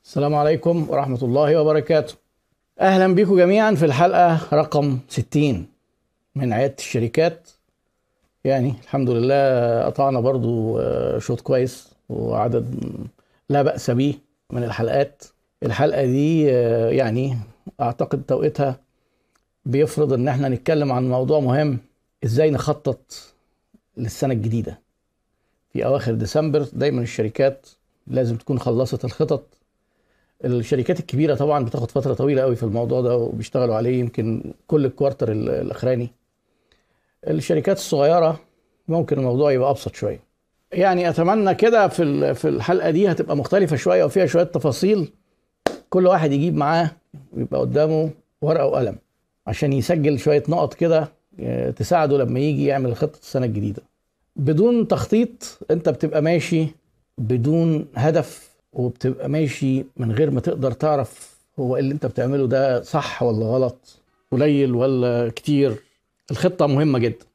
السلام عليكم ورحمة الله وبركاته. أهلا بكم جميعا في الحلقة رقم 60 من عيادة الشركات. يعني الحمد لله قطعنا برضو شوط كويس وعدد لا بأس به من الحلقات. الحلقة دي يعني أعتقد توقيتها بيفرض إن احنا نتكلم عن موضوع مهم، إزاي نخطط للسنة الجديدة. في أواخر ديسمبر دايما الشركات لازم تكون خلصت الخطط. الشركات الكبيرة طبعا بتاخد فترة طويلة قوي في الموضوع ده وبيشتغلوا عليه يمكن كل الكوارتر الأخراني. الشركات الصغيرة ممكن الموضوع يبقى أبسط شوية. يعني أتمنى كده في الحلقة دي هتبقى مختلفة شوية وفيها شوية تفاصيل. كل واحد يجيب معاه ويبقى قدامه ورقة وقلم عشان يسجل شوية نقط كده تساعده لما يجي يعمل خطة السنة الجديدة. بدون تخطيط انت بتبقى ماشي بدون هدف، وبتبقى ماشي من غير ما تقدر تعرف هو اللي انت بتعمله ده صح ولا غلط، قليل ولا كتير. الخطة مهمة جدا.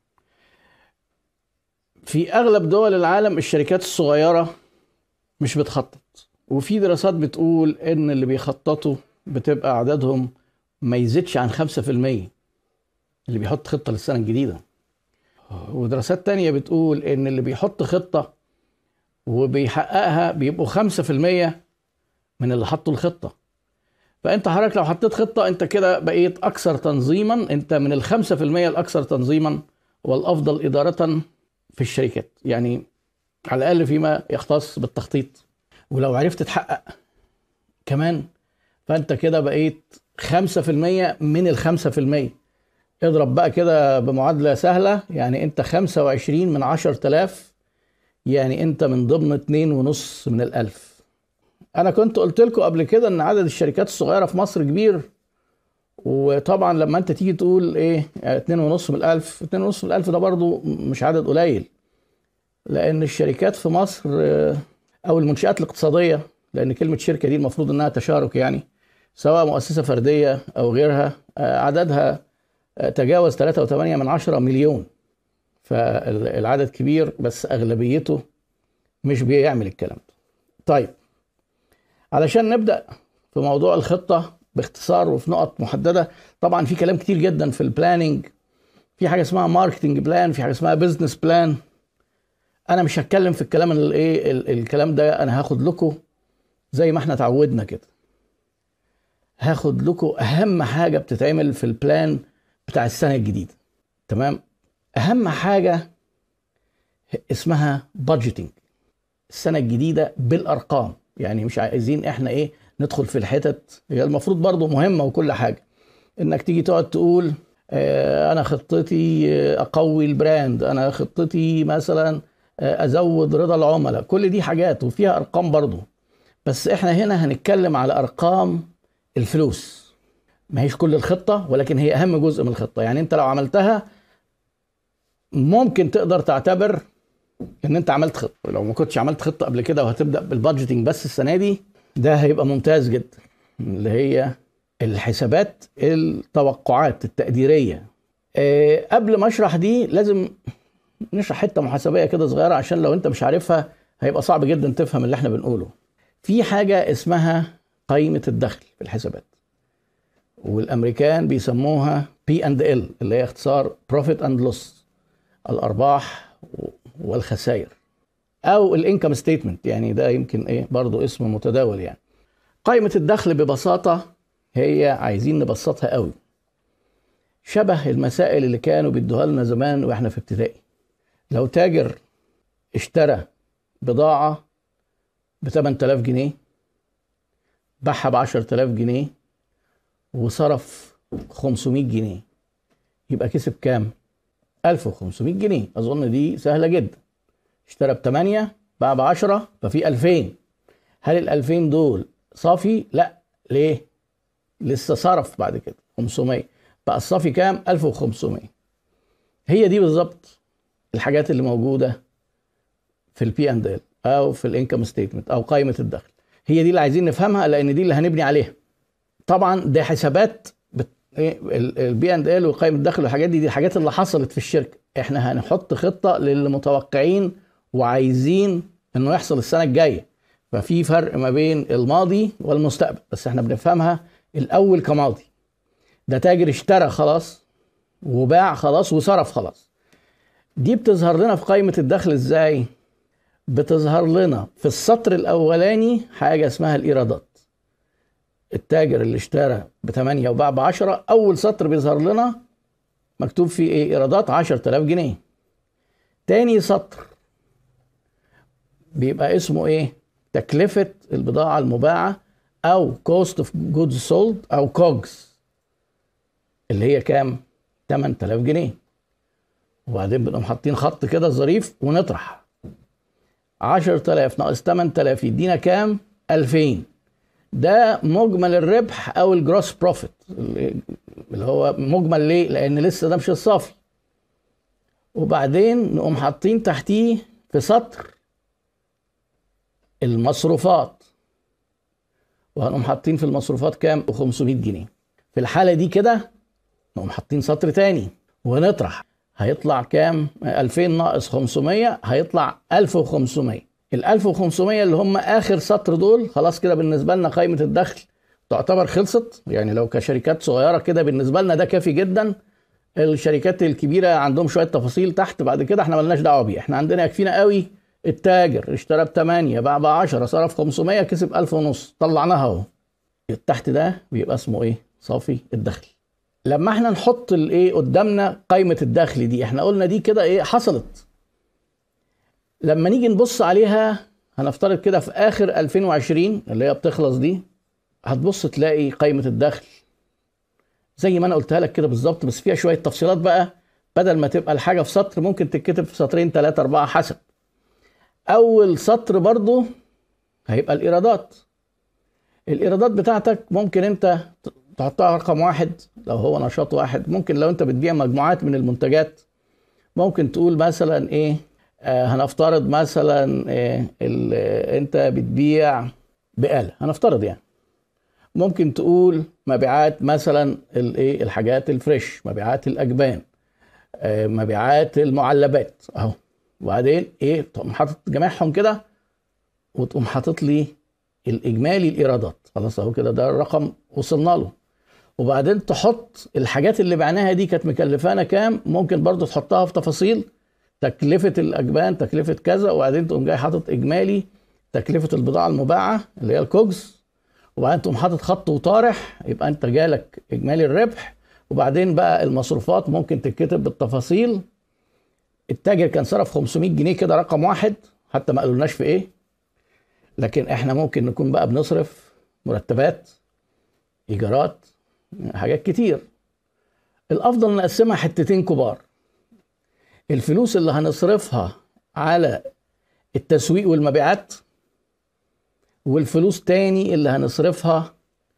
في اغلب دول العالم الشركات الصغيرة مش بتخطط، وفي دراسات بتقول ان اللي بيخططوا بتبقى عددهم ما يزيدش عن 5% اللي بيحط خطة للسنة الجديدة. ودراسات تانية بتقول ان اللي بيحط خطة وبيحققها بيبقوا 5% من اللي حطوا الخطة. فانت حضرتك لو حطيت خطة انت كده بقيت اكثر تنظيما، انت من 5% الاكثر تنظيما والافضل ادارة في الشركات، يعني على الاقل فيما يختص بالتخطيط. ولو عرفت تحقق كمان فانت كده بقيت 5% من 5%. اضرب بقى كده بمعادلة سهلة، يعني انت 25 من 10,000، يعني انت من ضمن 2.5 من 1,000. انا كنت قلت لكم قبل كده ان عدد الشركات الصغيرة في مصر كبير، وطبعا لما انت تيجي تقول ايه 2.5 من 1,000، 2.5 من 1,000 ده برضو مش عدد قليل، لان الشركات في مصر او المنشآت الاقتصادية، لان كلمة شركة دي المفروض انها تشارك، يعني سواء مؤسسة فردية او غيرها، عددها تجاوز 3.8 مليون. فالعدد كبير بس اغلبيته مش بيعمل الكلام ده. طيب، علشان نبدأ في موضوع الخطة باختصار وفي نقط محددة. طبعا في كلام كتير جدا في البلاننج، في حاجة اسمها ماركتنج بلان، في حاجة اسمها بيزنس بلان. انا مش هتكلم في الكلام الكلام ده، انا هاخد لكم زي ما احنا تعودنا كده، هاخد لكم اهم حاجة بتتعمل في البلان بتاع السنة الجديدة. تمام؟ اهم حاجة اسمها بادجيتنج السنة الجديدة بالارقام. يعني مش عايزين احنا ندخل في الحتت، هي المفروض برضو مهمة وكل حاجة، انك تيجي تقعد تقول انا خطتي اقوي البراند، انا خطتي مثلا ازود رضا العملاء. كل دي حاجات وفيها ارقام برضو، بس احنا هنا هنتكلم على ارقام الفلوس. ما هيش كل الخطة، ولكن هي اهم جزء من الخطة. يعني انت لو عملتها ممكن تقدر تعتبر ان انت عملت خطة. لو ما كنتش عملت خطة قبل كده وهتبدأ بالبادجيتنج بس السنة دي، ده هيبقى ممتاز جدا، اللي هي الحسابات التوقعات التقديرية. قبل ما اشرح دي لازم نشرح حتة محاسبية كده صغيرة، عشان لو انت مش عارفها هيبقى صعب جدا تفهم اللي احنا بنقوله. في حاجة اسمها قائمة الدخل في الحسابات، والامريكان بيسموها P&L اللي هي اختصار Profit and Loss، الارباح والخسائر، او الانكم ستيتمنت، يعني ده يمكن برضو اسم متداول. يعني قائمة الدخل ببساطة هي، عايزين نبسطها قوي، شبه المسائل اللي كانوا بيدوها لنا زمان واحنا في ابتدائي. لو تاجر اشترى بضاعة ب8,000 جنيه، باعها ب10,000 جنيه، وصرف 500 جنيه، يبقى كسب كام؟ 1,500 جنيه. أظن دي سهلة جدا. اشترى ب8 باع ب10 ففي 2,000. هل ال2,000 دول صافي؟ لا. ليه؟ لسه صرف بعد كده 500، بقى الصافي كام؟ 1,500. هي دي بالظبط الحاجات اللي موجودة في البي اند ال او في الانكم ستيتمنت او قائمة الدخل. هي دي اللي عايزين نفهمها، لان دي اللي هنبني عليها. طبعا ده حسابات البي اند ال وقائمة الدخل والحاجات دي الحاجات اللي حصلت في الشركة. احنا هنحط خطة للي متوقعين وعايزين انه يحصل السنة الجاية. ففي فرق ما بين الماضي والمستقبل، بس احنا بنفهمها الاول كماضي. ده تاجر اشترى خلاص وباع خلاص وصرف خلاص. دي بتظهر لنا في قائمة الدخل ازاي؟ بتظهر لنا في السطر الاولاني حاجة اسمها الايرادات. التاجر اللي اشترى ب8 وباع ب10، اول سطر بيظهر لنا مكتوب فيه ايه؟ ايرادات 10000 جنيه. تاني سطر بيبقى اسمه ايه؟ تكلفة البضاعة المباعة او cost of goods sold او COGS، اللي هي كام؟ 8000 جنيه. وبعدين بنقوم حاطين خط كده ظريف ونطرح 10000 ناقص 8000 يدينا كام؟ 2000. ده مجمل الربح او الجروس بروفيت، اللي هو مجمل ليه؟ لان لسه ده مش الصافي. وبعدين نقوم حاطين تحتيه في سطر المصروفات، وهنقوم حاطين في المصروفات كام؟ 500 جنيه. في الحالة دي كده نقوم حاطين سطر تاني ونطرح، هيطلع كام؟ 2000 ناقص 500 هيطلع 1500. ال 1500 اللي هم آخر سطر دول خلاص كده بالنسبة لنا قائمة الدخل تعتبر خلصت. يعني لو كشركات صغيرة كده بالنسبة لنا ده كافي جدا. الشركات الكبيرة عندهم شوية تفاصيل تحت بعد كده احنا ملناش دعوة بيه، احنا عندنا يكفينا قوي التاجر اشترى ب8 باع ب10 صرف 500 كسب 1500 طلعناها اهو. تحت ده بيبقى اسمه ايه؟ صافي الدخل. لما احنا نحط الايه قدامنا قائمة الدخل دي، احنا قلنا دي كده ايه حصلت. لما نيجي نبص عليها هنفترض كده في اخر 2020 اللي هي بتخلص دي، هتبص تلاقي قائمة الدخل زي ما انا قلتها لك كده بالظبط، بس فيها شوية تفصيلات بقى. بدل ما تبقى الحاجة في سطر ممكن تتكتب في سطرين 3 4 حسب. اول سطر برضو هيبقى الايرادات. الايرادات بتاعتك ممكن انت تحطها رقم 1 لو هو نشاط واحد. ممكن لو انت بتبيع مجموعات من المنتجات ممكن تقول مثلا ايه، هنفترض مثلا انت بتبيع بقالة، هنفترض يعني ممكن تقول مبيعات مثلا الايه الحاجات الفريش، مبيعات الاجبان، مبيعات المعلبات اهو. وبعدين ايه تقوم حاطط جميعهم كده وتقوم حاطط لي الاجمالي الايرادات. خلاص اهو كده ده الرقم وصلنا له. وبعدين تحط الحاجات اللي بعناها دي كانت مكلفانا كام، ممكن برضو تحطها في تفاصيل تكلفة الأجبان تكلفة كذا، وبعدين تقوم جاي حاطط إجمالي تكلفة البضاعة المباعة اللي هي الكوجز، وبعدين تقوم حاطط خط وطارح يبقى أنت جالك إجمالي الربح. وبعدين بقى المصروفات ممكن تتكتب بالتفاصيل. التاجر كان صرف 500 جنيه كده رقم 1 حتى ما قالولناش في إيه، لكن إحنا ممكن نكون بقى بنصرف مرتبات، إيجارات، حاجات كتير. الأفضل نقسمها حتتين كبار. الفلوس اللي هنصرفها على التسويق والمبيعات، والفلوس تاني اللي هنصرفها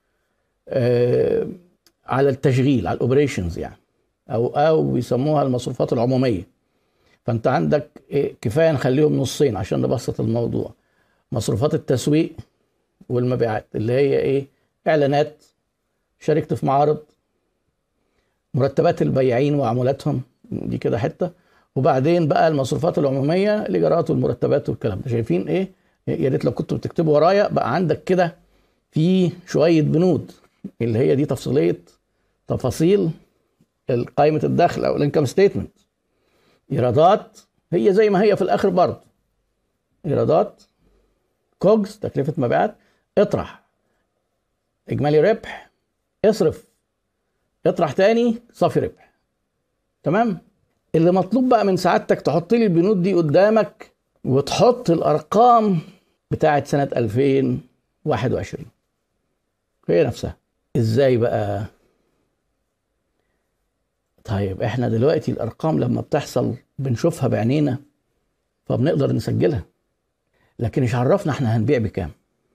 على التشغيل على الاوبريشنز يعني، او بيسموها المصروفات العموميه. فانت عندك كفايه نخليهم نصين عشان نبسط الموضوع. مصروفات التسويق والمبيعات اللي هي ايه؟ اعلانات، شاركت في معارض، مرتبات البياعين وعمولاتهم، دي كده حته. وبعدين بقى المصروفات العموميه، الايجارات والمرتبات والكلام ده. شايفين ايه؟ يا ريت لو كنتوا بتكتبوا ورايا بقى عندك كده في شويه بنود اللي هي دي تفاصيل قائمه الدخل او الانكم ستيتمنت. ايرادات هي زي ما هي في الاخر برضه، ايرادات كوجز تكلفه مبيعات، اطرح اجمالي ربح، اصرف، اطرح تاني صافي ربح. تمام؟ اللي مطلوب بقى من سعادتك تحط لي البنود دي قدامك وتحط الارقام بتاعت سنه 2021 هي نفسها. ازاي بقى؟ طيب احنا دلوقتي الارقام لما بتحصل بنشوفها بعينينا فبنقدر نسجلها، لكن مش عرفنا احنا هنبيع بكام.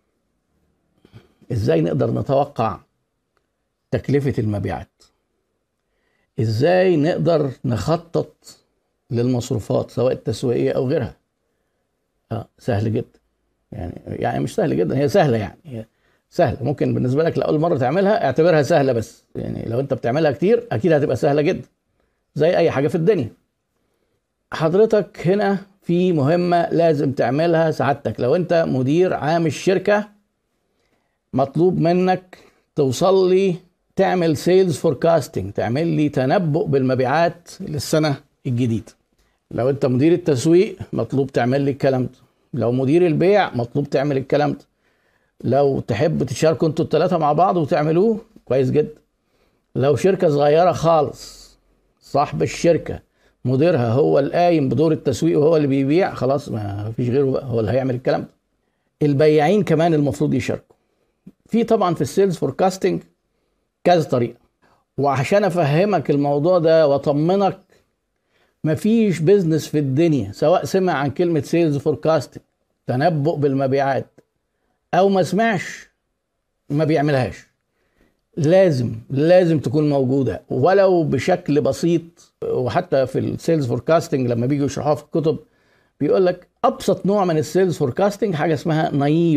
ازاي نقدر نتوقع تكلفة المبيعات؟ ازاي نقدر نخطط للمصروفات سواء التسويقية او غيرها؟ سهل جدا. يعني مش سهل جدا، هي سهلة. يعني هي سهلة، ممكن بالنسبة لك لأول مرة تعملها اعتبرها سهلة، بس يعني لو انت بتعملها كتير اكيد هتبقى سهلة جدا زي اي حاجة في الدنيا. حضرتك هنا في مهمة لازم تعملها سعادتك. لو انت مدير عام الشركة مطلوب منك توصل لي تعمل سيلز فوركاستنج، تعمل لي تنبؤ بالمبيعات للسنة الجديدة. لو انت مدير التسويق مطلوب تعمل لي الكلام ده. لو مدير البيع مطلوب تعمل الكلام ده. لو تحب تشاركوا انتوا الثلاثة مع بعض وتعملوه كويس جدا. لو شركة صغيرة خالص صاحب الشركة مديرها هو القايم بدور التسويق وهو اللي بيبيع، خلاص ما فيش غيره بقى هو اللي هيعمل الكلام ده. البياعين كمان المفروض يشاركوا في طبعا في السيلز فوركاستنج كذا طريقة. وعشان افهمك الموضوع ده واطمنك، مفيش بيزنس في الدنيا سواء سمع عن كلمة سيلز فوركاستنج تنبؤ بالمبيعات او ما سمعش ما بيعملهاش. لازم تكون موجودة ولو بشكل بسيط. وحتى في السيلز فوركاستنج لما بيجوا يشرحوها في الكتب بيقول لك ابسط نوع من السيلز فوركاستنج حاجة اسمها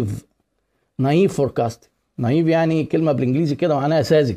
نايف فوركاستنج. نايف يعني كلمة بالانجليزي كده معناها ساذج،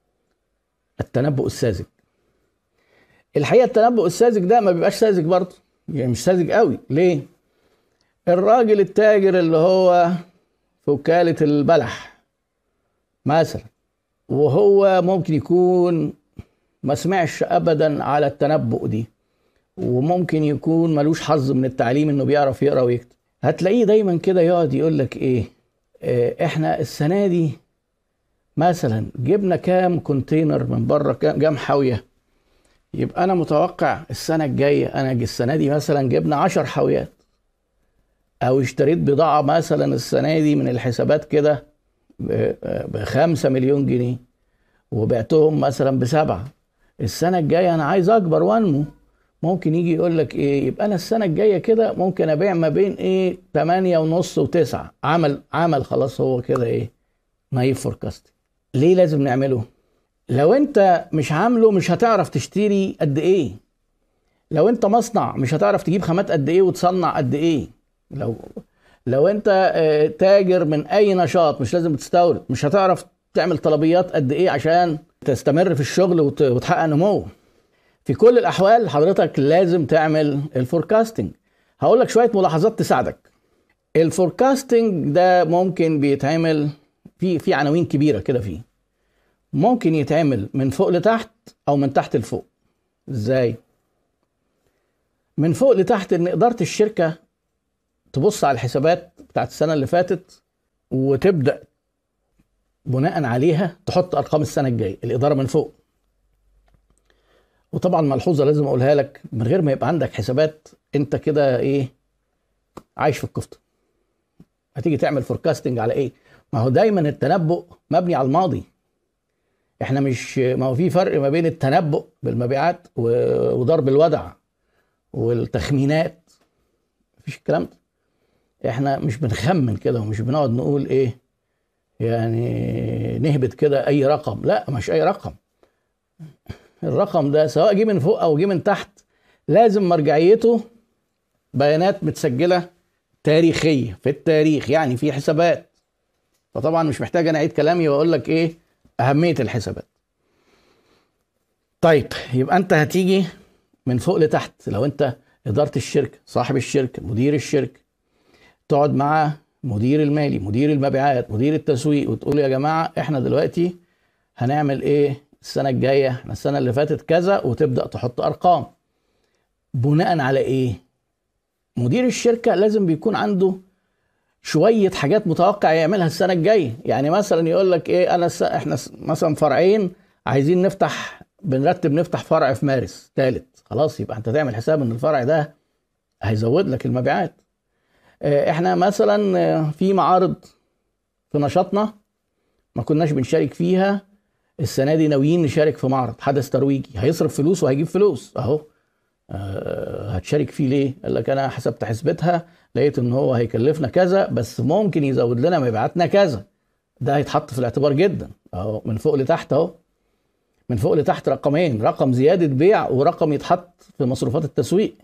التنبؤ الساذج. الحقيقة التنبؤ الساذج ده ما بيبقاش ساذج برضه، يعني مش ساذج قوي. ليه؟ الراجل التاجر اللي هو في وكالة البلح مثلا، وهو ممكن يكون ما سمعش ابدا على التنبؤ دي، وممكن يكون ملوش حظ من التعليم انه بيعرف يقرا ويكتب، هتلاقيه دايما كده يقعد يقول لك ايه، احنا السنة دي مثلا جبنا كام كونتينر من بره، كام حاوية، يبقى انا متوقع السنة الجاية انا السنة دي مثلا جبنا 10 حاويات. او اشتريت بضاعة مثلا السنة دي من الحسابات كده ب5 مليون جنيه وبعتهم مثلا ب7. السنة الجاية انا عايز اكبر وانمو، ممكن يجي يقول لك ايه، يبقى انا السنة الجاية كده ممكن ابيع ما بين 8.5 و9. عمل خلاص هو كده نايف فوركاست. ليه لازم نعمله؟ لو انت مش عامله مش هتعرف تشتري قد ايه. لو انت مصنع مش هتعرف تجيب خامات قد ايه وتصنع قد ايه. لو انت تاجر من اي نشاط مش لازم تستورد، مش هتعرف تعمل طلبيات قد ايه عشان تستمر في الشغل وتحقق نمو. في كل الاحوال حضرتك لازم تعمل الفوركاستنج. هقول لك شوية ملاحظات تساعدك. الفوركاستنج ده ممكن بيتعمل في عناوين كبيرة كده فيه. ممكن يتعمل من فوق لتحت او من تحت لفوق. ازاي؟ من فوق لتحت ان ادارة الشركة تبص على الحسابات بتاعت السنة اللي فاتت وتبدأ بناء عليها تحط ارقام السنة الجاية، الادارة من فوق. وطبعا ملحوظة لازم اقولها لك، من غير ما يبقى عندك حسابات انت كده عايش في الكفتة. هتيجي تعمل فوركاستنج على ايه؟ ما هو دايما التنبؤ مبني على الماضي. احنا مش، ما هو في فرق ما بين التنبؤ بالمبيعات وضرب الودع والتخمينات. مفيش الكلام ده. احنا مش بنخمن كده ومش بنقعد نقول يعني نهبط كده اي رقم. لا، مش اي رقم. الرقم ده سواء جه من فوق او جه من تحت لازم مرجعيته بيانات متسجلة تاريخية في التاريخ، يعني في حسابات. فطبعا مش محتاج انا اعيد كلامي واقول لك اهمية الحسابات. طيب يبقى انت هتيجي من فوق لتحت. لو انت ادارة الشركة، صاحب الشركة، مدير الشركة، تقعد مع مدير المالي، مدير المبيعات، مدير التسويق، وتقول يا جماعة احنا دلوقتي هنعمل السنة الجاية، احنا السنة اللي فاتت كذا، وتبدأ تحط ارقام بناء على مدير الشركة لازم بيكون عنده شوية حاجات متوقع يعملها السنة الجاية. يعني مثلا يقول لك احنا مثلا فرعين عايزين بنرتب نفتح فرع في مارس ثالث. خلاص يبقى انت تعمل حساب ان الفرع ده هيزود لك المبيعات. احنا مثلا في معارض في نشاطنا ما كناش بنشارك فيها، السنة دي ناويين نشارك في معرض حدث ترويجي هيصرف فلوس وهيجيب فلوس اهو. هتشارك فيه ليه؟ قال لك انا حسبت حسبتها لقيت ان هو هيكلفنا كذا بس ممكن يزود لنا مبيعاتنا كذا. ده هيتحط في الاعتبار جدا اهو، من فوق لتحت اهو. من فوق لتحت رقمين، رقم زيادة بيع ورقم يتحط في مصروفات التسويق.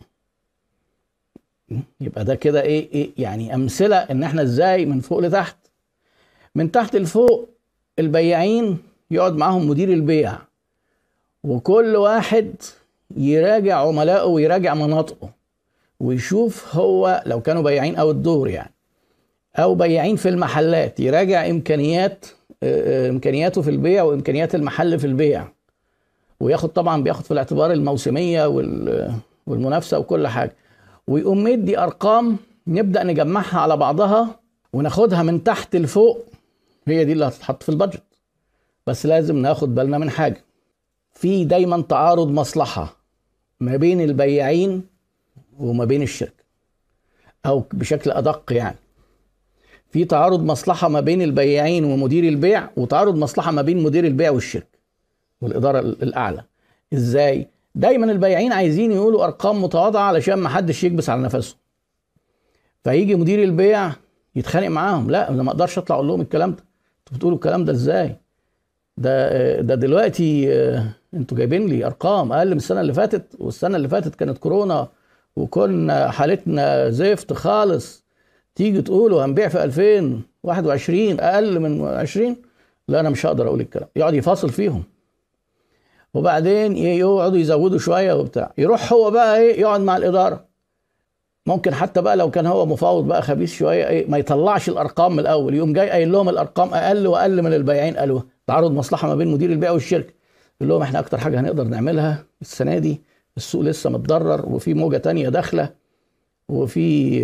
يبقى ده كده يعني امثلة ان احنا ازاي من فوق لتحت. من تحت لفوق البياعين يقعد معاهم مدير البيع، وكل واحد يراجع عملائه ويراجع مناطقه ويشوف هو لو كانوا بياعين او الدور يعني او بياعين في المحلات، يراجع امكانياته في البيع وامكانيات المحل في البيع، وياخد طبعا بياخد في الاعتبار الموسميه والمنافسه وكل حاجه، ويقوم مدي ارقام نبدا نجمعها على بعضها وناخدها من تحت لفوق. هي دي اللي هتتحط في البادجت. بس لازم ناخد بالنا من حاجه، في دايما تعارض مصلحه ما بين البياعين وما بين الشركه، او بشكل ادق يعني في تعارض مصلحه ما بين البياعين ومدير البيع، وتعارض مصلحه ما بين مدير البيع والشركه والاداره الاعلى. ازاي؟ دايما البياعين عايزين يقولوا ارقام متواضعه علشان ما حدش يكبس على نفسه، فيجي مدير البيع يتخانق معاهم، لا انا ما اقدرش اطلع اقول لهم الكلام ده، انتوا بتقولوا الكلام ده ازاي؟ ده دلوقتي انتوا جايبين لي ارقام اقل من السنه اللي فاتت، والسنه اللي فاتت كانت كورونا وكنا حالتنا زفت خالص، تيجي تقولوا هنبيع في 2021 اقل من 20؟ لا انا مش هقدر اقول الكلام. يقعد يفاصل فيهم، وبعدين يقعدوا يزودوا شويه وبتاع، يروح هو بقى ايه يقعد مع الاداره، ممكن حتى بقى لو كان هو مفاوض بقى خبيث شويه ايه ما يطلعش الارقام من الاول، يقوم جاي قايل لهم الارقام اقل واقل من البياعين قالوها. تعارض مصلحه ما بين مدير البيع والشركه، يقول لهم احنا اكتر حاجه هنقدر نعملها السنه دي، السوق لسه متضرر وفي موجه تانية داخله وفي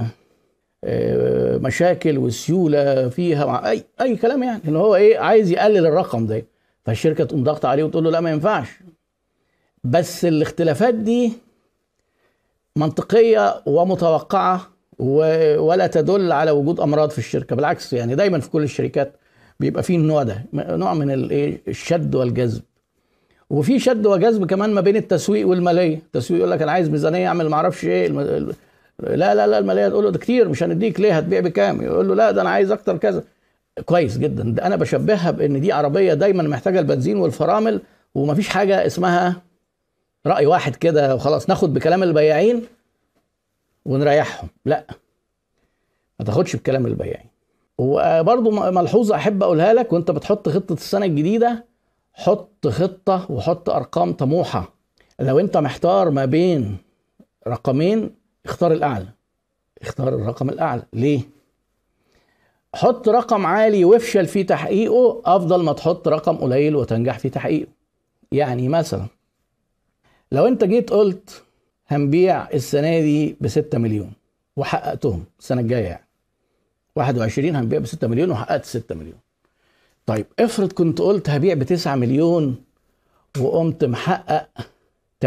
مشاكل والسيوله فيها مع اي كلام، يعني ان هو ايه عايز يقلل الرقم ده، فالشركه تقوم ضاغطه عليه وتقول له لا ما ينفعش. بس الاختلافات دي منطقيه ومتوقعه ولا تدل على وجود امراض في الشركه، بالعكس يعني دايما في كل الشركات بيبقى فيه النوع ده، نوع من الشد والجذب. وفي شد وجذب كمان ما بين التسويق والماليه، التسويق يقول لك انا عايز ميزانيه اعمل ما اعرفش ايه، لا الماليه تقول له ده كتير مش هنديك، ليه هتبيع بكام؟ يقول له لا ده انا عايز اكتر كذا. كويس جدا، ده انا بشبهها بان دي عربيه دايما محتاجه البنزين والفرامل، ومفيش حاجه اسمها راي واحد كده وخلاص ناخد بكلام البياعين ونريحهم، لا ما تاخدش بكلام البياعين. وبرضو ملحوظه احب اقولها لك، وانت بتحط خطه السنه الجديده حط خطه وحط ارقام طموحه. لو انت محتار ما بين رقمين اختار الاعلى، اختار الرقم الاعلى. ليه؟ حط رقم عالي وافشل في تحقيقه افضل ما تحط رقم قليل وتنجح في تحقيقه. يعني مثلا لو انت جيت قلت هنبيع السنه دي ب6 مليون وحققتهم، السنه الجايه يعني 21 هنبيع ب6 مليون وحققت 6 مليون. طيب افرض كنت قلت هبيع ب9 مليون وقمت محقق 80%.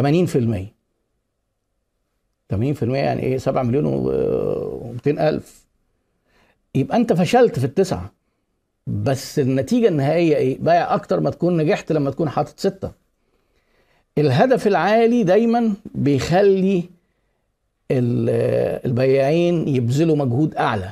80% يعني ايه؟ 7 مليون و200 ألف. يبقى انت فشلت في التسعة، بس النتيجة النهائية ايه؟ بايع اكتر ما تكون نجحت لما تكون حاطط 6. الهدف العالي دايما بيخلي البياعين يبذلوا مجهود اعلى.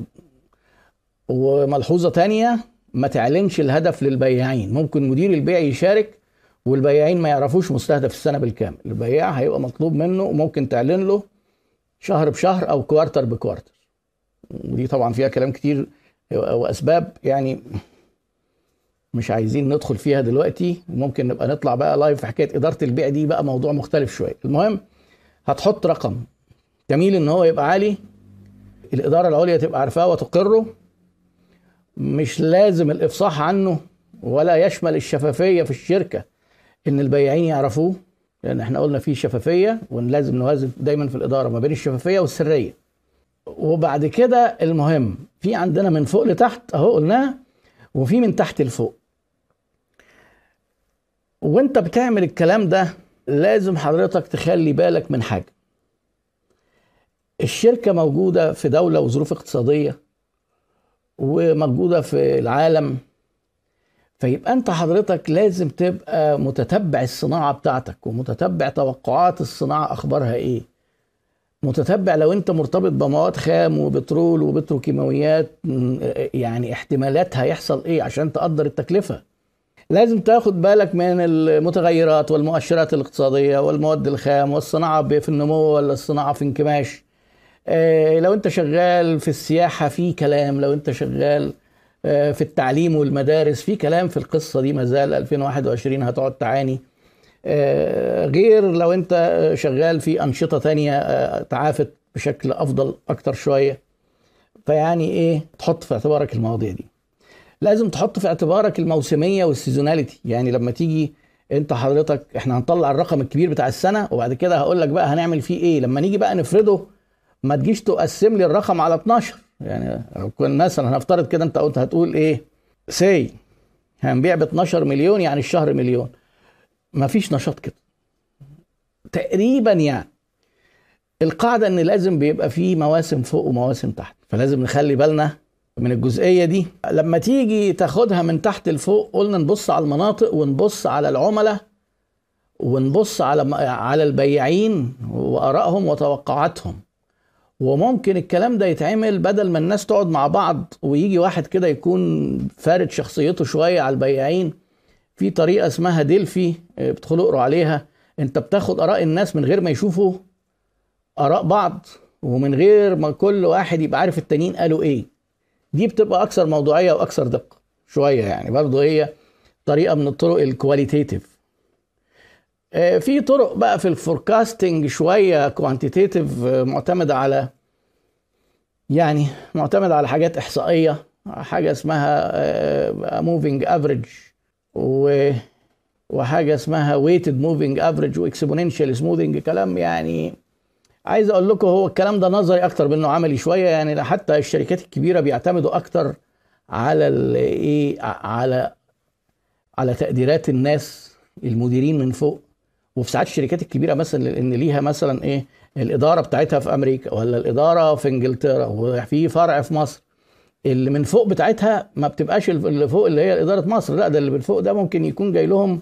وملحوظة تانية، ما تعلنش الهدف للبياعين، ممكن مدير البيع يشارك والبياعين ما يعرفوش مستهدف السنة بالكامل. البياع هيبقى مطلوب منه وممكن تعلن له شهر بشهر او كوارتر بكوارتر، ودي طبعا فيها كلام كتير واسباب يعني مش عايزين ندخل فيها دلوقتي، ممكن نبقى نطلع بقى لايف في حكايه اداره البيع، دي بقى موضوع مختلف شويه. المهم هتحط رقم جميل ان هو يبقى عالي، الاداره العليا تبقى عارفاه وتقره، مش لازم الافصاح عنه ولا يشمل الشفافيه في الشركه ان البياعين يعرفوه، لان احنا قلنا في شفافيه ولازم نوازن دايما في الاداره ما بين الشفافيه والسريه. وبعد كده المهم في عندنا من فوق لتحت اهو قلناها، وفي من تحت لفوق. وانت بتعمل الكلام ده لازم حضرتك تخلي بالك من حاجه، الشركه موجوده في دوله وظروف اقتصاديه وموجوده في العالم، فيبقى انت حضرتك لازم تبقى متتبع الصناعه بتاعتك ومتتبع توقعات الصناعه اخبارها ايه، متتبع لو انت مرتبط بمواد خام وبترول وبتروكيماويات يعني احتمالاتها يحصل ايه عشان تقدر التكلفه. لازم تاخد بالك من المتغيرات والمؤشرات الاقتصاديه والمواد الخام والصناعه في النمو ولا الصناعه في انكماش. لو انت شغال في السياحه في كلام، لو انت شغال في التعليم والمدارس في كلام في القصه دي، مازال 2021 هتقعد تعاني. غير لو انت شغال في انشطة تانية تعافت بشكل افضل اكتر شوية. فيعني ايه، تحط في اعتبارك المواضيع دي. لازم تحط في اعتبارك الموسمية والسيزوناليتي. يعني لما تيجي انت حضرتك، احنا هنطلع الرقم الكبير بتاع السنة وبعد كده هقول لك بقى هنعمل فيه ايه لما نيجي بقى نفرده. ما تجيش تقسم لي الرقم على 12. يعني لو كنا مثلا هنفترض كده انت قلت هتقول ايه، سي هنبيع ب 12 مليون يعني الشهر مليون. ما فيش نشاط كده تقريبا. يعني القاعدة ان لازم بيبقى فيه مواسم فوق ومواسم تحت، فلازم نخلي بالنا من الجزئية دي. لما تيجي تاخدها من تحت لفوق، قلنا نبص على المناطق ونبص على العملاء ونبص على البياعين وآرائهم وتوقعاتهم. وممكن الكلام ده يتعمل بدل ما الناس تقعد مع بعض ويجي واحد كده يكون فارد شخصيته شوية على البياعين. في طريقة اسمها ديلفي، بتدخلوا اقروا عليها. انت بتاخد آراء الناس من غير ما يشوفوا آراء بعض، ومن غير ما كل واحد يبقى عارف التانيين قالوا ايه. دي بتبقى اكثر موضوعية واكثر دقة شوية. يعني برضو هي طريقة من الطرق الكواليتيتيف. في طرق بقى في الفوركاستنج شوية كوانتيتيف، معتمد على حاجات إحصائية. حاجة اسمها موفينج افريج، وحاجة اسمها ويتد موفينج افريج واكسبوننشال سموذنج. كلام يعني عايز اقول لكم هو الكلام ده نظري اكتر منه عملي شوية. يعني حتى الشركات الكبيرة بيعتمدوا اكتر على ايه، على تقديرات الناس المديرين من فوق. وفي ساعات الشركات الكبيره مثلا ان ليها مثلا ايه، الاداره بتاعتها في امريكا ولا الاداره في انجلترا وفي فرع في مصر، اللي من فوق بتاعتها ما بتبقاش اللي فوق اللي هي اداره مصر، لا ده اللي من فوق ده ممكن يكون جاي لهم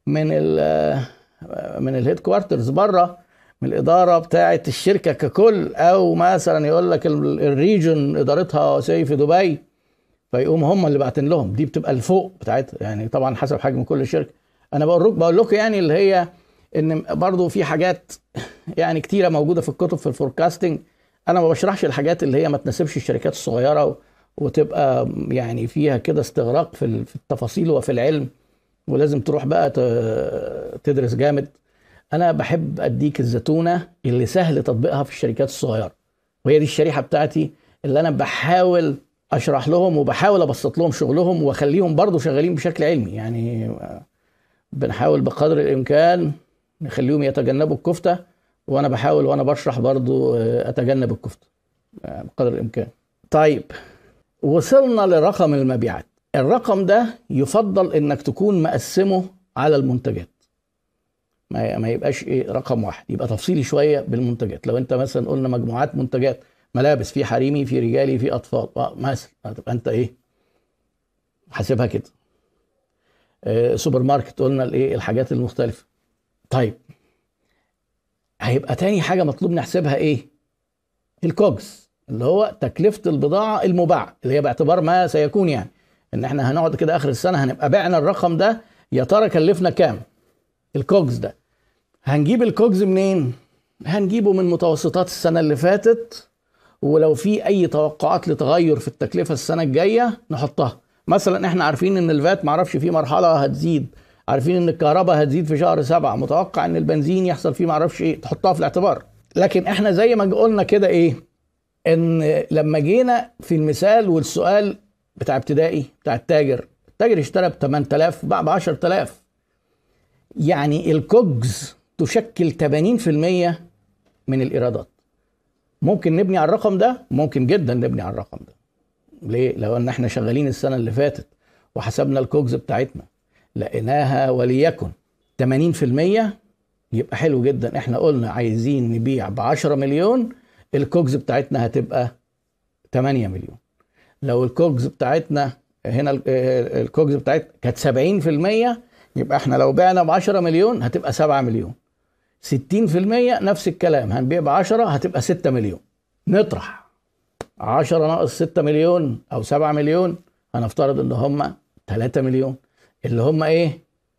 من الهيد كوارترز بره، من الاداره بتاعت الشركه ككل. او مثلا يقول لك الريجن ادارتها زي في دبي، فيقوم هم اللي باعتين لهم. دي بتبقى الفوق بتاعتها، يعني طبعا حسب حجم كل شركه. انا بقول لكم يعني اللي هي ان برضو في حاجات يعني كتيره موجوده في الكتب في الفوركاستنج. انا ما بشرحش الحاجات اللي هي ما تناسبش الشركات الصغيره وتبقى يعني فيها كده استغراق في التفاصيل وفي العلم، ولازم تروح بقى تدرس جامد. انا بحب اديك الزتونه اللي سهل تطبيقها في الشركات الصغيره، وهي دي الشريحه بتاعتي اللي انا بحاول اشرح لهم وبحاول ابسط لهم شغلهم واخليهم برضو شغالين بشكل علمي. يعني بنحاول بقدر الامكان نخليهم يتجنبوا الكفتة، وانا بحاول وانا بشرح برضو اتجنب الكفتة بقدر الامكان. طيب، وصلنا لرقم المبيعات. الرقم ده يفضل انك تكون مقسمه على المنتجات، ما يبقاش ايه رقم واحد، يبقى تفصيلي شوية بالمنتجات. لو انت مثلا قلنا مجموعات منتجات، ملابس، في حريمي، في رجالي، في اطفال مثلا، هتبقى انت ايه حاسبها كده. سوبر ماركت قلنا الايه الحاجات المختلفة. طيب، هيبقى تاني حاجة مطلوب نحسبها ايه؟ الكوجز، اللي هو تكلفة البضاعة المباعة، اللي هي باعتبار ما سيكون. يعني ان احنا هنقعد كده اخر السنة هنبقى بعنا الرقم ده، يا ترى كلفنا كام الكوجز ده. هنجيب الكوجز منين؟ هنجيبه من متوسطات السنة اللي فاتت، ولو في اي توقعات لتغير في التكلفة السنة الجاية نحطها. مثلا احنا عارفين ان الفات معرفش في مرحلة هتزيد، عارفين ان الكهرباء هتزيد في شهر 7، متوقع ان البنزين يحصل فيه معرفش ايه، تحطها في الاعتبار. لكن احنا زي ما قلنا كده ايه، ان لما جينا في المثال والسؤال بتاع ابتدائي بتاع التاجر اشترى ب 8000 باع ب 10000. يعني الكوجز تشكل 80% من الايرادات. ممكن نبني على الرقم ده، ممكن جدا نبني على الرقم ده. ليه؟ لو ان احنا شغالين السنة اللي فاتت وحسبنا الكوجز بتاعتنا لقيناها وليكن 80%، يبقى حلو جدا. احنا قلنا عايزين نبيع ب10 مليون، الكوجز بتاعتنا هتبقى 8 مليون. لو الكوجز بتاعتنا هنا الكوجز بتاعتنا كانت 70%، يبقى احنا لو بعنا ب10 مليون هتبقى 7 مليون. 60% نفس الكلام، هنبيع ب10 هتبقى 6 مليون. نطرح 10 ناقص 6 مليون او 7 مليون، هنفترض ان هم 3 مليون، اللي هم ايه؟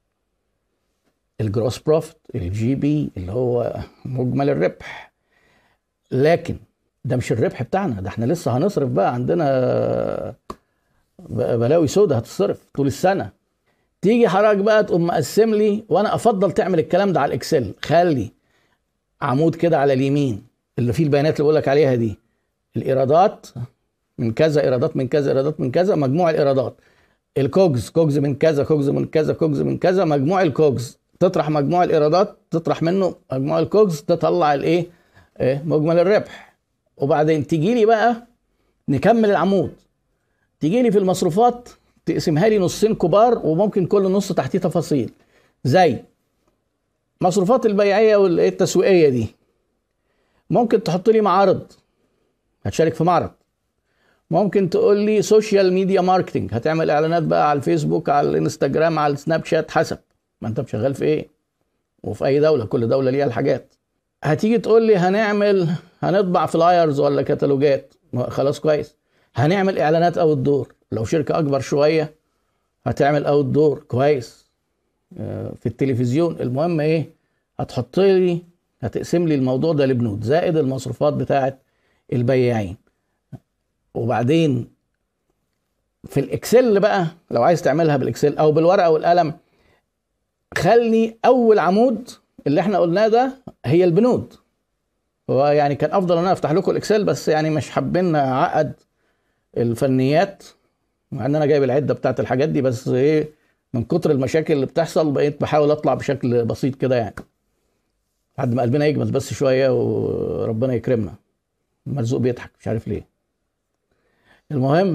الجروس بروفيت، الجي بي، اللي هو مجمل الربح. لكن ده مش الربح بتاعنا، ده احنا لسه هنصرف بقى، عندنا بلاوي سودة هتصرف طول السنة. تيجي حضرتك بقى تقوم مقسم لي، وانا افضل تعمل الكلام ده على الاكسل. خلي عمود كده على اليمين اللي فيه البيانات اللي بقول لك عليها دي، الايرادات من كذا، ايرادات من كذا، ايرادات من كذا، مجموع الايرادات. الكوجز، كوجز من كذا، كوجز من كذا، كوجز من كذا، مجموع الكوجز. تطرح مجموع الايرادات، تطرح منه مجموع الكوجز، تطلع الايه؟ مجمل الربح. وبعدين تيجي لي بقى نكمل العمود، تيجي لي في المصروفات تقسمها لي نصين كبار، وممكن كل نص تحتيه تفاصيل، زي مصروفات البيعيه والتسويقيه دي. ممكن تحط لي معارض، هتشارك في معرض. ممكن تقول لي سوشيال ميديا ماركتنج، هتعمل اعلانات بقى على الفيسبوك، على الانستجرام، على السناب شات، حسب ما انت شغال في ايه وفي اي دوله، كل دوله ليها الحاجات. هتيجي تقول لي هنطبع فلايرز ولا كتالوجات، خلاص كويس. هنعمل اعلانات اوت دور، لو شركه اكبر شويه هتعمل اوت دور كويس في التلفزيون. المهم ايه؟ هتحط لي، هتقسم لي الموضوع ده لبنود، زائد المصروفات بتاعه البياعين. وبعدين في الاكسل بقى، لو عايز تعملها بالاكسل او بالورقه والقلم، خلي اول عمود اللي احنا قلناه ده هي البنود. هو يعني كان افضل ان انا افتح لكم الاكسل، بس يعني مش حابين اعقد الفنيات، مع ان انا جايب العده بتاعت الحاجات دي، بس ايه، من كتر المشاكل اللي بتحصل بقيت بحاول اطلع بشكل بسيط كده يعني، لحد ما قلبنا يجمد بس شويه وربنا يكرمنا. مرزوق بيضحك مش عارف ليه. المهم،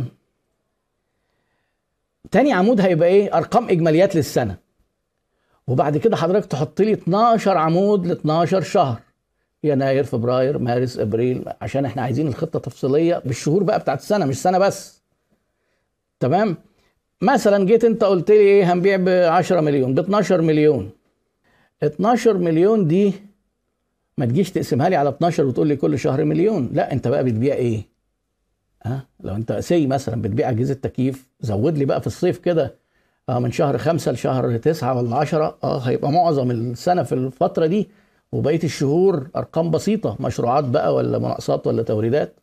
تاني عمود هيبقى ايه؟ ارقام اجماليات للسنه. وبعد كده حضرتك تحط لي 12 عمود ل 12 شهر، يناير، فبراير، مارس، ابريل، عشان احنا عايزين الخطه تفصيليه بالشهور بقى بتاعت السنه، مش سنه بس. تمام؟ مثلا جيت انت قلت لي ايه، هنبيع ب 10 مليون، ب 12 مليون. 12 مليون دي ما تجيش تقسمها لي على 12 وتقول لي كل شهر مليون، لا، انت بقى بتبيع ايه؟ لو انت مثلا بتبيع اجهزه تكييف، زود لي بقى في الصيف كده من شهر 5 لشهر 9 ولا 10. هيبقى معظم السنه في الفتره دي، وبقيه الشهور ارقام بسيطه، مشروعات بقى ولا مناقصات ولا توريدات.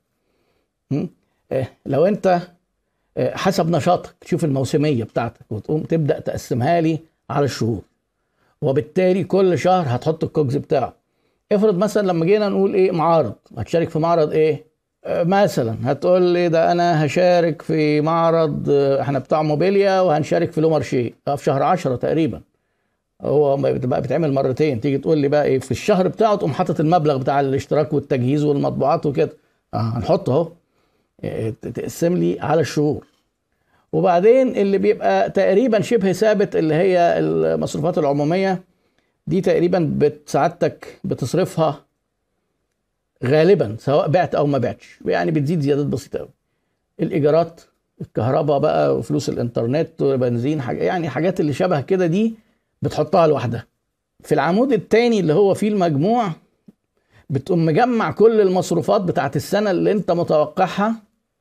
لو انت حسب نشاطك تشوف الموسميه بتاعتك وتقوم تبدا تقسمها لي على الشهور، وبالتالي كل شهر هتحط الكوكس بتاعه. افرض مثلا لما جينا نقول ايه، معارض، هتشارك في معرض ايه؟ مثلا هتقول لي ده انا هشارك في معرض، احنا بتاع موبيليا وهنشارك في لو مارشيه في شهر 10 تقريبا. هو بقى بيتعمل مرتين. تيجي تقول لي بقى ايه في الشهر بتاعه، تقوم حاطط المبلغ بتاع الاشتراك والتجهيز والمطبوعات وكده. هنحطه اهو، تقسم لي على الشهور. وبعدين اللي بيبقى تقريبا شبه ثابت اللي هي المصروفات العموميه دي، تقريبا سعادتك بتصرفها غالبا سواء بعت او ما بعتش، يعني بتزيد زيادات بسيطه قوي. الايجارات، الكهرباء بقى، وفلوس الانترنت وبنزين، يعني حاجات اللي شبه كده دي بتحطها لوحدها. في العمود الثاني اللي هو فيه المجموع، بتقوم مجمع كل المصروفات بتاعت السنه اللي انت متوقعها،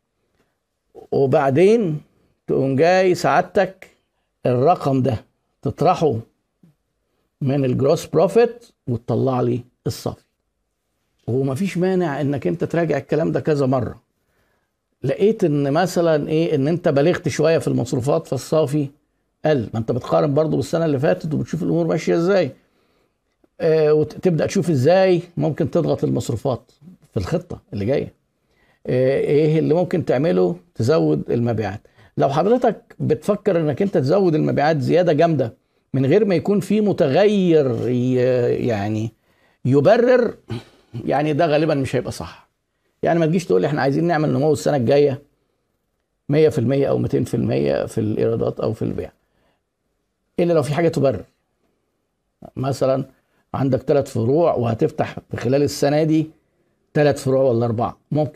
وبعدين تقوم جاي سعادتك الرقم ده تطرحه من الجروس بروفيت وتطلع لي الصافي. ومفيش مانع انك انت تراجع الكلام ده كذا مره. لقيت ان مثلا ايه، ان انت بلغت شويه في المصروفات فالصافي قل، ما انت بتقارن برضو بالسنه اللي فاتت وبتشوف الامور ماشيه ازاي. وتبدا تشوف ازاي ممكن تضغط المصروفات في الخطه اللي جايه. ايه اللي ممكن تعمله تزود المبيعات. لو حضرتك بتفكر انك انت تزود المبيعات زياده جامده من غير ما يكون في متغير يعني يبرر، يعني ده غالبا مش هيبقى صح. يعني ما تجيش تقول لي احنا عايزين نعمل نمو السنه الجايه 100% او 200% في الايرادات او في البيع، الا لو في حاجه تبرر. مثلا عندك 3 فروع وهتفتح في خلال السنه دي 3 فروع ولا 4، ممكن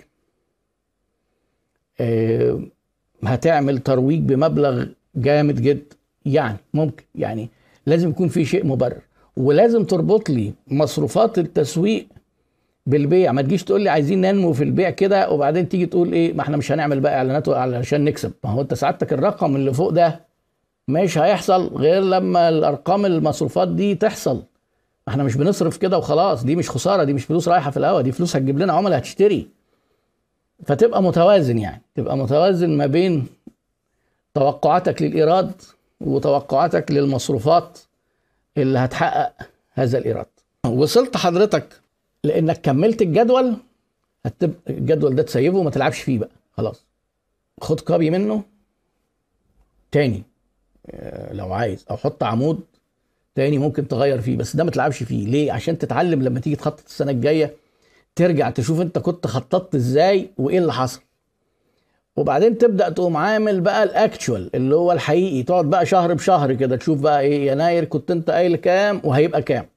هتعمل ترويج بمبلغ جامد جدا، يعني ممكن، يعني لازم يكون في شيء مبرر. ولازم تربط لي مصروفات التسويق بالبيع. ما تجيش تقول لي عايزين ننمو في البيع كده وبعدين تيجي تقول ايه، ما احنا مش هنعمل بقى اعلانات علشان نكسب. ما هو انت سعادتك الرقم اللي فوق ده مش هيحصل غير لما الارقام المصروفات دي تحصل. احنا مش بنصرف كده وخلاص، دي مش خساره، دي مش فلوس رايحه في الهوا، دي فلوس هتجيب لنا عملاء هتشتري. فتبقى متوازن، يعني تبقى متوازن ما بين توقعاتك للايراد وتوقعاتك للمصروفات اللي هتحقق هذا الإيراد. وصلت حضرتك لأنك كملت الجدول، الجدول ده تسيبه وما تلعبش فيه بقى خلاص. خد كوبي منه تاني لو عايز، أو حط عمود تاني ممكن تغير فيه، بس ده ما تلعبش فيه. ليه؟ عشان تتعلم لما تيجي تخطط السنة الجاية ترجع تشوف انت كنت خططت ازاي وايه اللي حصل، وبعدين تبدأ تقوم عامل بقى الاكتشوال اللي هو الحقيقي. تقعد بقى شهر بشهر كده تشوف بقى ايه، يناير كنت انت قايل كام وهيبقى كام،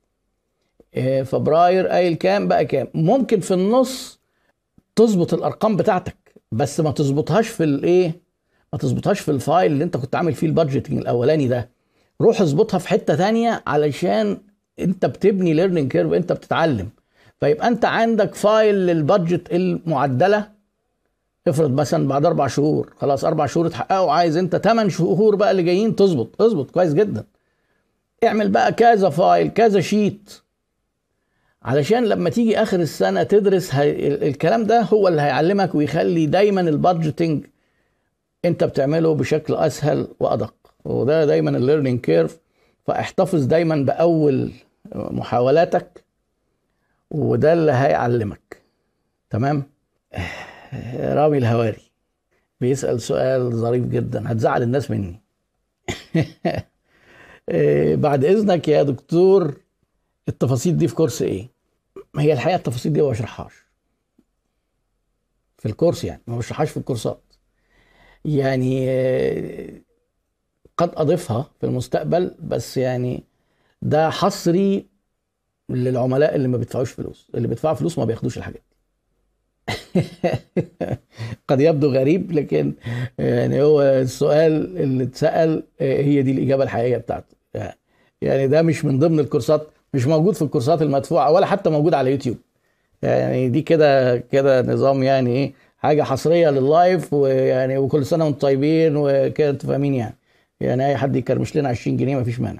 فبراير قايل كام بقى كام. ممكن في النص تظبط الارقام بتاعتك، بس ما تظبطهاش في الايه، ما تظبطهاش في الفايل اللي انت كنت عامل فيه البادجيتنج الاولاني ده. روح اظبطها في حتة تانية علشان انت بتبني ليرنينج كيرف، انت بتتعلم. فيبقى انت عندك فايل للبادجت المعدلة، افرض مثلا بعد 4 شهور خلاص 4 شهور اتحققوا، عايز انت 8 شهور بقى اللي جايين اظبط كويس جدا. اعمل بقى كذا فايل كذا شيت علشان لما تيجي اخر السنة تدرس الكلام ده هو اللي هيعلمك ويخلي دايما البادجيتنج انت بتعمله بشكل اسهل وادق. وده دايما الليرنينج كيرف. فاحتفظ دايما باول محاولاتك، وده اللي هيعلمك. تمام. رامي الهواري بيسأل سؤال ظريف جدا هتزعل الناس مني. بعد اذنك يا دكتور، التفاصيل دي في كورس ايه؟ هي الحقيقة التفاصيل دي ما بشرحهاش في الكورس، يعني ما بشرحهاش في الكورسات. يعني قد اضيفها في المستقبل، بس يعني ده حصري للعملاء اللي ما بيدفعوش فلوس. اللي بيدفعوا فلوس ما بياخدوش الحاجات دي. قد يبدو غريب، لكن يعني هو السؤال اللي اتسأل هي دي الإجابة الحقيقية بتاعته. يعني ده مش من ضمن الكورسات، مش موجود في الكورسات المدفوعة ولا حتى موجود على يوتيوب. يعني دي كده نظام، يعني ايه، حاجة حصرية لللايف، ويعني وكل سنة وانتم طيبين وكده، انتوا فاهمين يعني اي حد يكرمش لنا 20 جنيه مفيش مانع.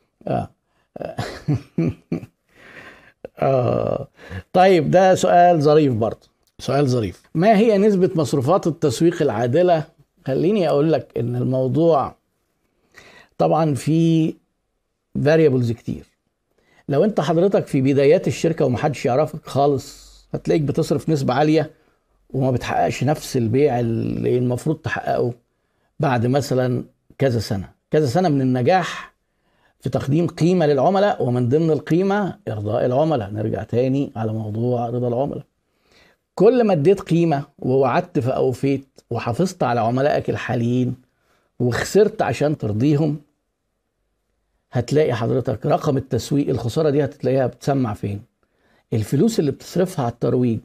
طيب ده سؤال ظريف برضه، سؤال ظريف. ما هي نسبة مصروفات التسويق العادلة؟ خليني اقول لك ان الموضوع طبعا في variables كتير. لو انت حضرتك في بدايات الشركة ومحدش يعرفك خالص، هتلاقيك بتصرف نسبة عالية وما بتحققش نفس البيع اللي المفروض تحققه بعد مثلا كذا سنة من النجاح في تقديم قيمة للعملاء. ومن ضمن القيمة إرضاء العملاء. نرجع تاني على موضوع رضا العملاء. كل ما اديت قيمة ووعدت فأوفيت وحافظت على عملائك الحاليين وخسرت عشان ترضيهم، هتلاقي حضرتك رقم التسويق، الخسارة دي هتلاقيها بتسمع فين؟ الفلوس اللي بتصرفها على الترويج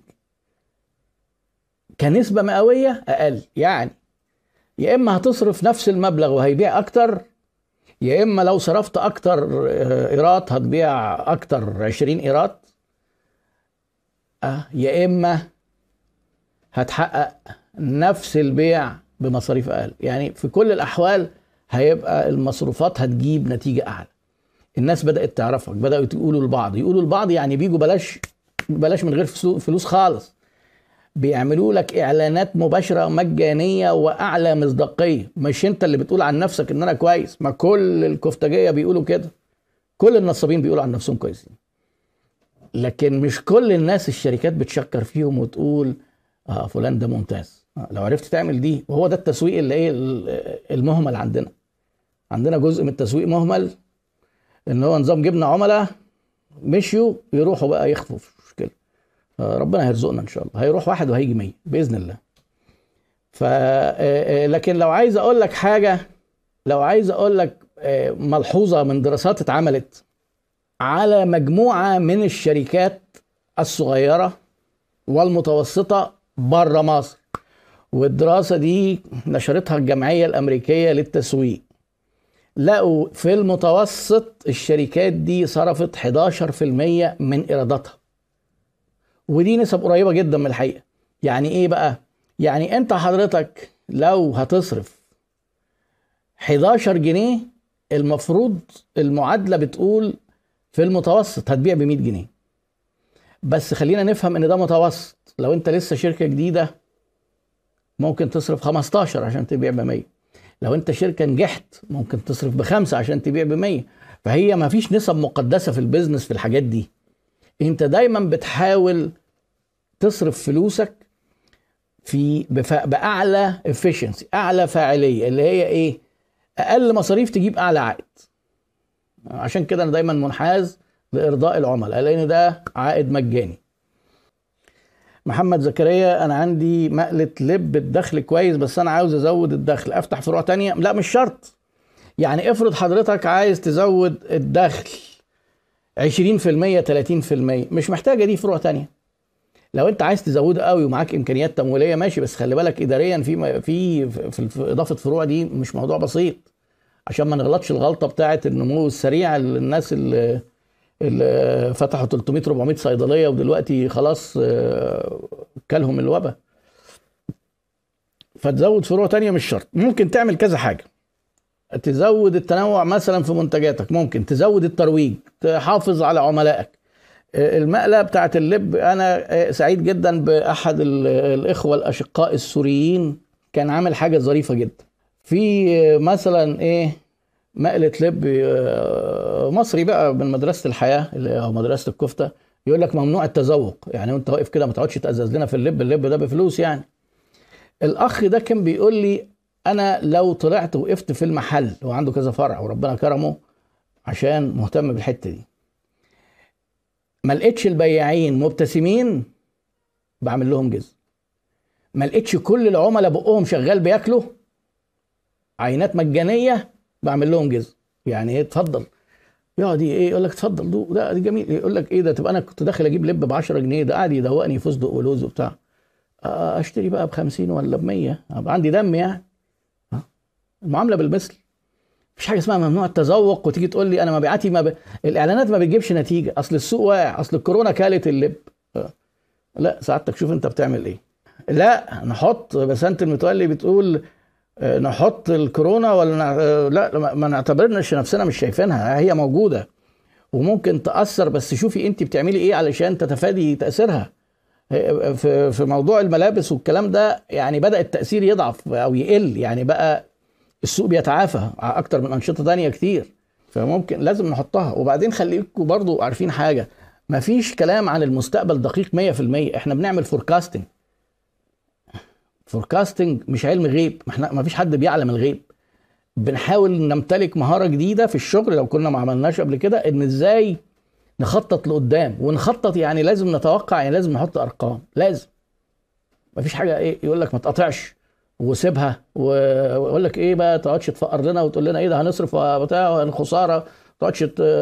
كنسبة مئوية أقل. يعني يا إما هتصرف نفس المبلغ وهيبيع أكتر، يا إما لو صرفت أكتر إيراد هتبيع أكتر 20 إيراد، يا إما هتحقق نفس البيع بمصاريف أقل. يعني في كل الأحوال هيبقى المصروفات هتجيب نتيجة أعلى. الناس بدأت تعرفك، بدأوا يقولوا لبعض يعني بيجوا بلاش من غير فلوس خالص، بيعملوا لك إعلانات مباشرة مجانية وأعلى مصداقية. مش أنت اللي بتقول عن نفسك إن أنا كويس، ما كل الكفتاجية بيقولوا كده، كل النصابين بيقولوا عن نفسهم كويسين، لكن مش كل الناس الشركات بتشكر فيهم وتقول فلان ده ممتاز. لو عرفت تعمل دي، وهو ده التسويق اللي ايه المهمل عندنا جزء من التسويق مهمل، ان هو نظام جبنا عملاء مشيوا يروحوا بقى يخفوا، في مشكله. ربنا هيرزقنا ان شاء الله، هيروح واحد وهيجي 100 باذن الله. لكن لو عايز اقول لك ملحوظه من دراسات اتعملت على مجموعه من الشركات الصغيره والمتوسطه بره مصر، والدراسه دي نشرتها الجمعيه الامريكيه للتسويق، لقوا في المتوسط الشركات دي صرفت 11% من ايراداتها، ودي نسب قريبه جدا من الحقيقه. يعني ايه بقى؟ يعني انت حضرتك لو هتصرف 11 جنيه، المفروض المعادله بتقول في المتوسط هتبيع ب 100 جنيه. بس خلينا نفهم ان ده متوسط. لو انت لسه شركه جديده ممكن تصرف 15 عشان تبيع ب 100. لو انت شركة نجحت ممكن تصرف ب5 عشان تبيع ب100. فهي ما فيش نسب مقدسة في البيزنس في الحاجات دي. انت دايما بتحاول تصرف فلوسك باعلى efficiency، اعلى فاعلية، اللي هي ايه؟ اقل مصاريف تجيب اعلى عائد. عشان كده انا دايما منحاز لارضاء العملاء، لان ده عائد مجاني. محمد زكريا: انا عندي مقلة لب، الدخل كويس بس انا عاوز ازود الدخل، افتح فروع تانية؟ لا مش شرط. يعني افرض حضرتك عايز تزود الدخل 20% 30%، مش محتاجة دي فروع تانية. لو انت عايز تزوده قوي ومعاك امكانيات تمويلية ماشي، بس خلي بالك اداريا في اضافة فروع دي مش موضوع بسيط، عشان ما نغلطش الغلطة بتاعت النمو السريع. الناس اللي فتحوا 300 400 صيدلية ودلوقتي خلاص كلهم الوباء. فتزود فروع تانية مش شرط، ممكن تعمل كذا حاجة. تزود التنوع مثلا في منتجاتك، ممكن تزود الترويج، تحافظ على عملائك. المقلة بتاعت اللب، انا سعيد جدا باحد الاخوة الاشقاء السوريين كان عامل حاجة ظريفة جدا. في مثلا ايه، مقلة لب مصري بقى من مدرسة الحياة اللي هو مدرسة الكفتة، يقول لك ممنوع التذوق. يعني وانت واقف كده ما تقعدش تأزز لنا في اللب ده بفلوس يعني. الاخ ده كان بيقول لي انا لو طلعت وقفت في المحل، وعنده كذا فرع وربنا كرمه عشان مهتم بالحتة دي، ما لقيتش البياعين مبتسمين بعمل لهم جزء، ما لقيتش كل العملاء بقهم شغال بياكلوا عينات مجانية بعمل لهم جزء. يعني ايه؟ اتفضل. يقعد ايه يقول لك اتفضل دوق، ده جميل. يقول لك ايه ده؟ تبقى انا كنت داخل اجيب لب ب10 جنيه، ده قاعد يدوقني فستق ولوز وبتاع، اشتري بقى ب50 ولا ب100، ابقى عندي دم يعني. المعامله بالمثل. مفيش حاجه اسمها ممنوع التذوق وتيجي تقول لي انا مبيعاتي الاعلانات ما بتجيبش نتيجه، اصل السوق واقع، اصل الكورونا كالت اللب. لا سعادتك شوف انت بتعمل ايه. لا نحط، بس انت المتولي بتقول نحط الكورونا ولا لا، ما نعتبرناش نفسنا مش شايفينها، هي موجوده وممكن تأثر، بس شوفي انت بتعملي ايه علشان تتفادي تأثيرها. في موضوع الملابس والكلام ده يعني بدأ التأثير يضعف او يقل، يعني بقى السوق بيتعافى اكتر من انشطة تانية كتير، فممكن لازم نحطها. وبعدين خليكم برضو عارفين حاجة، مفيش كلام عن المستقبل دقيق 100%، احنا بنعمل فوركاستنج. فوركاستنج مش علم غيب، ما فيش حد بيعلم الغيب. بنحاول نمتلك مهارة جديدة في الشغل لو كنا ما عملناش قبل كده، ان ازاي نخطط لقدام. ونخطط يعني لازم نتوقع، يعني لازم نحط ارقام، لازم. ما فيش حاجة ايه يقول لك ما تقطعش وسيبها، ويقول لك ايه بقى تقعدش تفقر لنا وتقول لنا ايه ده هنصرف وبتاع الخسارة، ما تقعدش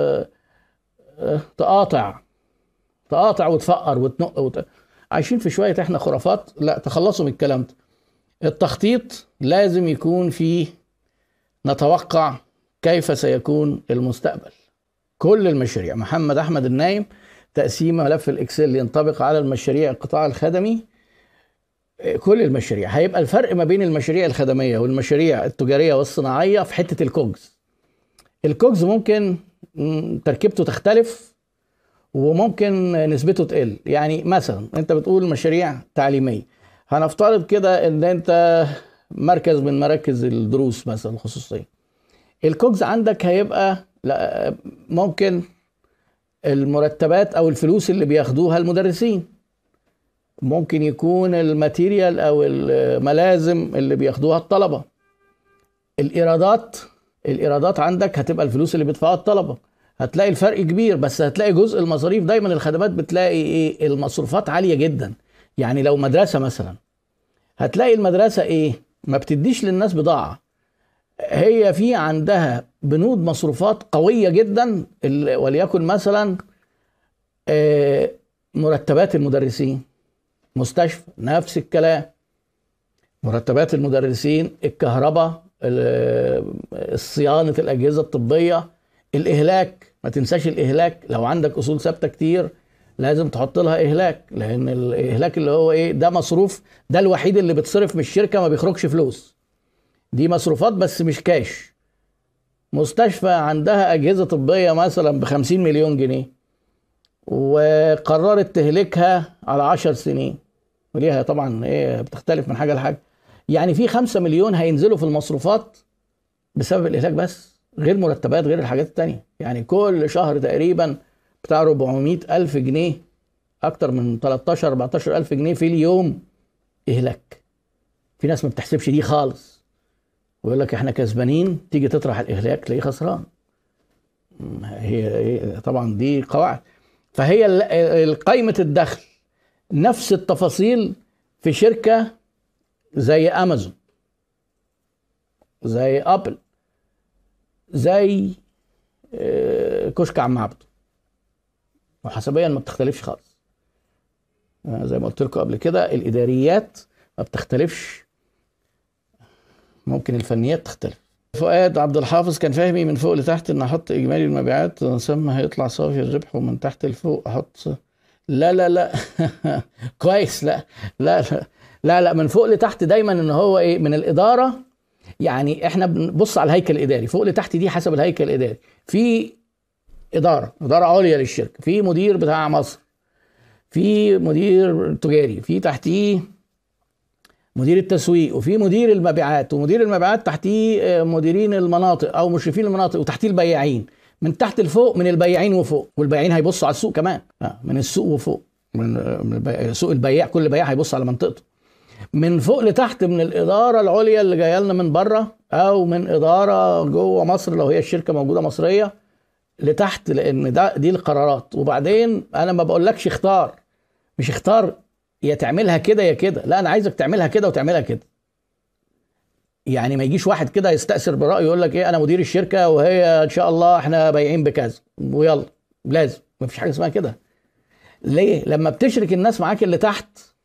تقاطع وتفقر وتنق عايشين في شوية احنا خرافات. لا تخلصوا من الكلام ده. التخطيط لازم يكون فيه نتوقع كيف سيكون المستقبل. كل المشاريع، محمد أحمد النايم، تقسيم ملف الإكسل ينطبق على المشاريع القطاع الخدمي. كل المشاريع هيبقى الفرق ما بين المشاريع الخدمية والمشاريع التجارية والصناعية في حتة الكوجز. الكوجز ممكن تركيبته تختلف وممكن نسبته تقل. يعني مثلا انت بتقول مشاريع تعليمية، هنفترض كده ان انت مركز من مراكز الدروس مثلا الخصوصية، الكوجز عندك هيبقى لا ممكن المرتبات او الفلوس اللي بياخدوها المدرسين، ممكن يكون الماتيريال او الملازم اللي بياخدوها الطلبة، الايرادات عندك هتبقى الفلوس اللي بيدفعوها الطلبة. هتلاقي الفرق كبير، بس هتلاقي جزء المصاريف. دايما الخدمات بتلاقي ايه؟ المصروفات عالية جدا. يعني لو مدرسة مثلا هتلاقي المدرسة ايه؟ ما بتديش للناس بضاعة، هي في عندها بنود مصروفات قوية جدا. وليكن مثلا مرتبات المدرسين، مستشفى نفس الكلام، مرتبات المدرسين، الكهرباء، صيانة الأجهزة الطبية، الإهلاك. ما تنساش الإهلاك، لو عندك أصول ثابتة كتير لازم تحط لها إهلاك، لأن الإهلاك اللي هو إيه؟ ده مصروف، ده الوحيد اللي بتصرف من الشركة ما بيخرجش فلوس، دي مصروفات بس مش كاش. مستشفى عندها أجهزة طبية مثلا ب50 مليون جنيه وقررت تهلكها على 10 سنين، وليها طبعا إيه بتختلف من حاجة لحاجة. يعني في 5 مليون هينزلوا في المصروفات بسبب الاهلاك بس، غير مرتبات، غير الحاجات التانية. يعني كل شهر تقريبا بتاع 400 ألف جنيه، أكتر من 13 14 ألف جنيه في اليوم إهلاك. في ناس ما بتحسبش دي خالص، ويقول لك احنا كسبانين، تيجي تطرح الإهلاك تلاقيه خسران. هي طبعا دي قواعد. فهي قائمة الدخل نفس التفاصيل في شركة زي أمازون، زي أبل، زي كشك عم عبده، وحسابيا ما بتختلفش خالص. زي ما قلت لكم قبل كده، الإداريات ما بتختلفش، ممكن الفنيات تختلف. فؤاد عبد الحافظ كان فاهمي من فوق لتحت ان احط اجمالي المبيعات ثم هيطلع صافي الربح، ومن تحت لفوق احط لا لا لا كويس. لا لا لا لا، من فوق لتحت دايما ان هو ايه، من الاداره. يعني احنا بنبص على الهيكل الاداري، فوق لتحت دي حسب الهيكل الاداري. في اداره عليا للشركه، في مدير بتاع مصر، في مدير تجاري، في تحتيه مدير التسويق، وفي مدير المبيعات، ومدير المبيعات تحتيه مديرين المناطق او مشرفين المناطق، وتحتيه البياعين. من تحت لفوق، من البياعين وفوق، والبياعين هيبصوا على السوق كمان، من السوق وفوق، من سوق البياع، كل بياع هيبص على منطقته. من فوق لتحت، من الاداره العليا اللي جايه لنا من بره، او من اداره جوه مصر لو هي الشركه موجوده مصريه، لتحت، لان دي القرارات. وبعدين انا ما بقولكش اختار، مش اختار يا تعملها كده يا كده، لا انا عايزك تعملها كده وتعملها كده. يعني ما يجيش واحد كده يستأثر برأيه يقول لك ايه، انا مدير الشركه وهي ان شاء الله احنا بايعين بكذا ويلا، لازم. ما فيش حاجه اسمها كده. ليه؟ لما بتشرك الناس معاك اللي تحت،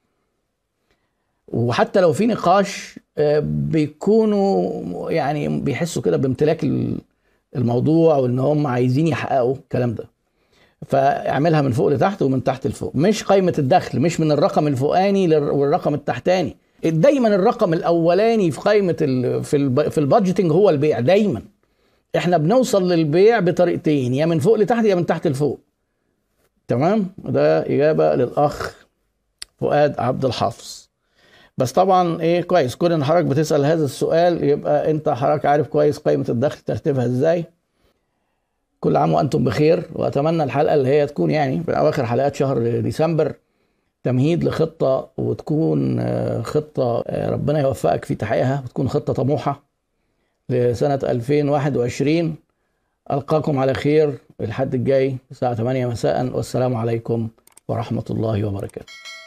وحتى لو في نقاش بيكونوا يعني بيحسوا كده بامتلاك الموضوع، وان هم عايزين يحققوا الكلام ده. فاعملها من فوق لتحت ومن تحت لفوق، مش قائمة الدخل، مش من الرقم الفوقاني والرقم التحتاني. دايما الرقم الاولاني في قائمة في البادجيتنج هو البيع. دايما احنا بنوصل للبيع بطريقتين، يا من فوق لتحت يا من تحت لفوق. تمام؟ ده اجابة للاخ فؤاد عبد الحافظ. بس طبعا ايه، كويس كون ان حضرتك بتسأل هذا السؤال، يبقى انت حضرتك عارف كويس قائمة الدخل ترتيبها ازاي. كل عام وأنتم بخير، وأتمنى الحلقة اللي هي تكون يعني من أواخر حلقات شهر ديسمبر تمهيد لخطة، وتكون خطة ربنا يوفقك في تحقيقها، وتكون خطة طموحة لسنة 2021. ألقاكم على خير الحد الجاي الساعة 8 مساء، والسلام عليكم ورحمة الله وبركاته.